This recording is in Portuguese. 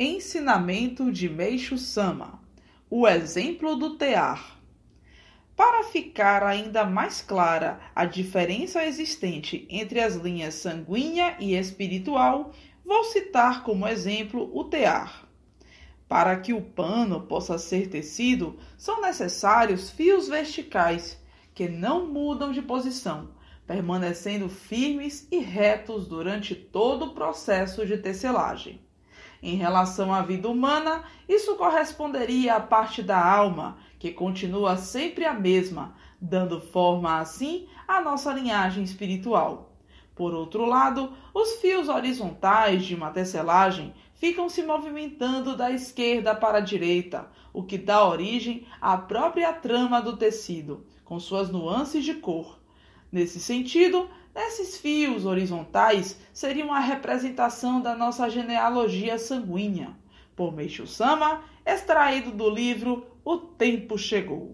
Ensinamento de Meishu Sama, o exemplo do tear. Para ficar ainda mais clara a diferença existente entre as linhas sanguínea e espiritual, vou citar como exemplo o tear. Para que o pano possa ser tecido, são necessários fios verticais, que não mudam de posição, permanecendo firmes e retos durante todo o processo de tecelagem. Em relação à vida humana, isso corresponderia à parte da alma, que continua sempre a mesma, dando forma assim à nossa linhagem espiritual. Por outro lado, os fios horizontais de uma tecelagem ficam se movimentando da esquerda para a direita, o que dá origem à própria trama do tecido, com suas nuances de cor. Nesse sentido, esses fios horizontais seriam a representação da nossa genealogia sanguínea, por Meishu Sama, extraído do livro O Tempo Chegou.